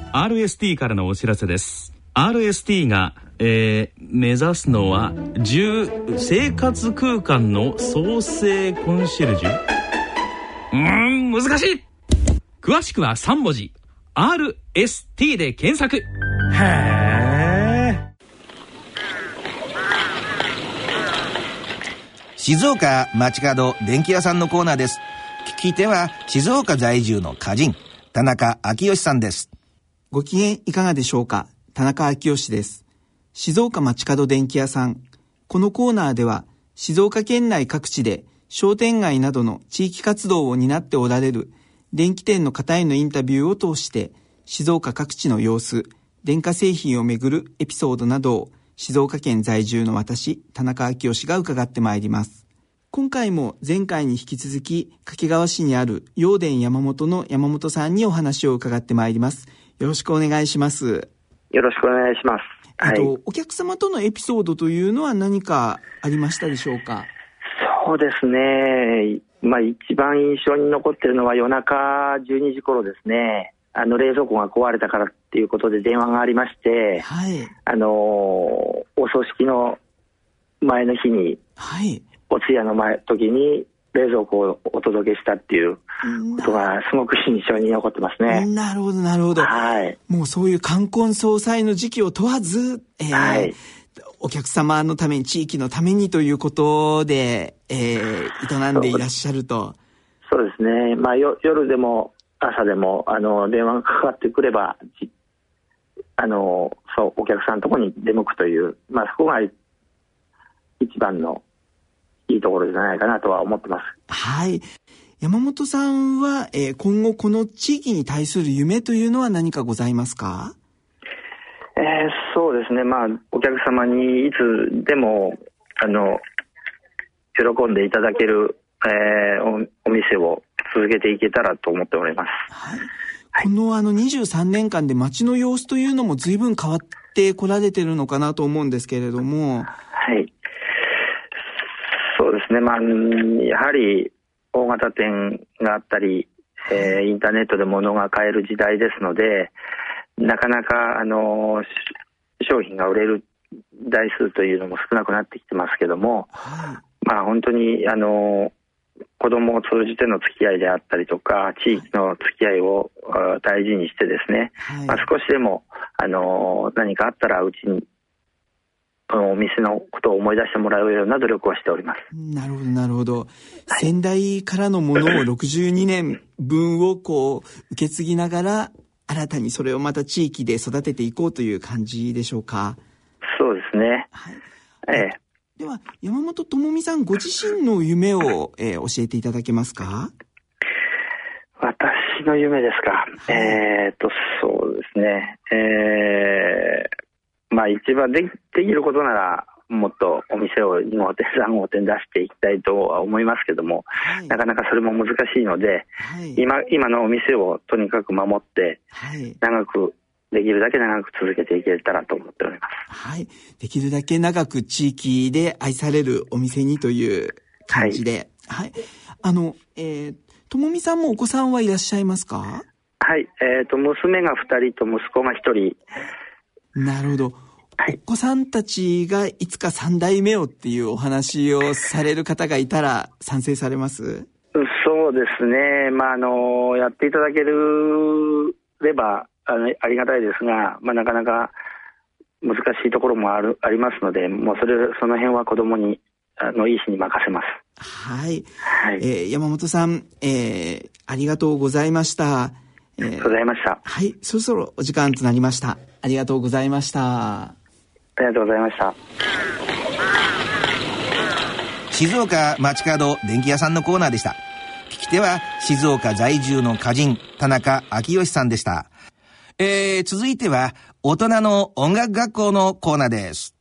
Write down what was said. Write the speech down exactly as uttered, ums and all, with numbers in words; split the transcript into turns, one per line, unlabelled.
アールエスティー からのお知らせです。 アールエスティー が、えー、目指すのは住生活空間の創生コンシェルジュ。うーん難しい。詳しくはさん文字 アールエスティー で検索。へー。
静岡街角電気屋さんのコーナーです。聞き手は静岡在住の歌人田中昭義さんです。
ご機嫌いかがでしょうか。田中昭義です。静岡街角電気屋さん。このコーナーでは静岡県内各地で商店街などの地域活動を担っておられる電気店の方へのインタビューを通して静岡各地の様子、電化製品をめぐるエピソードなどを静岡県在住の私、田中昭義が伺ってまいります。今回も前回に引き続き掛川市にある陽電山本の山本さんにお話を伺ってまいります。よろしくお願いします。
よろしくお願いします。
えっと、
はい、
お客様とのエピソードというのは何かありましたでしょうか。
そうですね、まあ、一番印象に残っているのは夜中じゅうにじ頃ですね。あの冷蔵庫が壊れたからっていうことで電話がありまして、
はい、
あのお葬式の前の日に、
はい、
お通夜の前時に冷蔵庫をお届けしたっていうことがすごく印象に残ってますね。
なるほどなるほど、
はい、も
うそういう冠婚葬祭の時期を問わず、えーはい、お客様のために地域のためにということで、えー、営んでいらっしゃると。
そうですね、まあ、よ夜でも朝でもあの電話がかかってくればあのそうお客さんのところに出向くという、まあ、そこが一番のいいところじゃないかなとは思ってます。
はい。山本さんは、えー、今後この地域に対する夢というのは何かございますか？
えー、そうですね、まあ、お客様にいつでもあの喜んでいただける、えー、お, お店を続けていけたらと思っております。
はいはい、このあのにじゅうさんねんかんで街の様子というのも随分変わってこられてるのかなと思うんですけれども。
はい、そうですね、まあ、やはり大型店があったり、えー、インターネットで物が買える時代ですので、なかなかあの商品が売れる台数というのも少なくなってきてますけども、はい、まあ、本当にあの子供を通じての付き合いであったりとか地域の付き合いを大事にしてですね、はい、まあ、少しでもあの何かあったらうちにこのお店のことを思い出してもらうような努力をしております。
なるほどなるほど、はい、先代からのものをろくじゅうにねんぶんをこう受け継ぎながら新たにそれをまた地域で育てていこうという感じでしょうか。
そうですね、はい、ええ、
では山本智美さんご自身の夢を、えー、教えていただけますか？
私の夢ですか、はい、えーとそうですね、えー、まあ一番で き, できることならもっとお店をに号店さん号店出していきたいとは思いますけども、はい、なかなかそれも難しいので、はい、今, 今のお店をとにかく守って、はい、長くできるだけ長く続けていけたらと思っております。
はい、できるだけ長く地域で愛されるお店にという感じで、はい、はい、あの、えー、ともみさんもお子さんはいらっしゃいますか？
はい、えーと、娘がふたりと息子がひとり。
なるほど。はい、お子さんたちがいつかさん代目をっていうお話をされる方がいたら賛成されます？
そうですね、まあ、あのやっていただけるればあのありがたいですが、まあ、なかなか難しいところもあるありますので、もうそれその辺は子供にあのいい日に任せます。
はい、はい、えー、山本さん、えー、ありがとうございました。
えー、ありがとうございました。
はい、そろそろお時間となりました。ありがとうございました。
ありがとうございました。
静岡街角電気屋さんのコーナーでした。聞き手は静岡在住の歌人田中昭義さんでした。えー、続いては大人の音楽学校のコーナーです。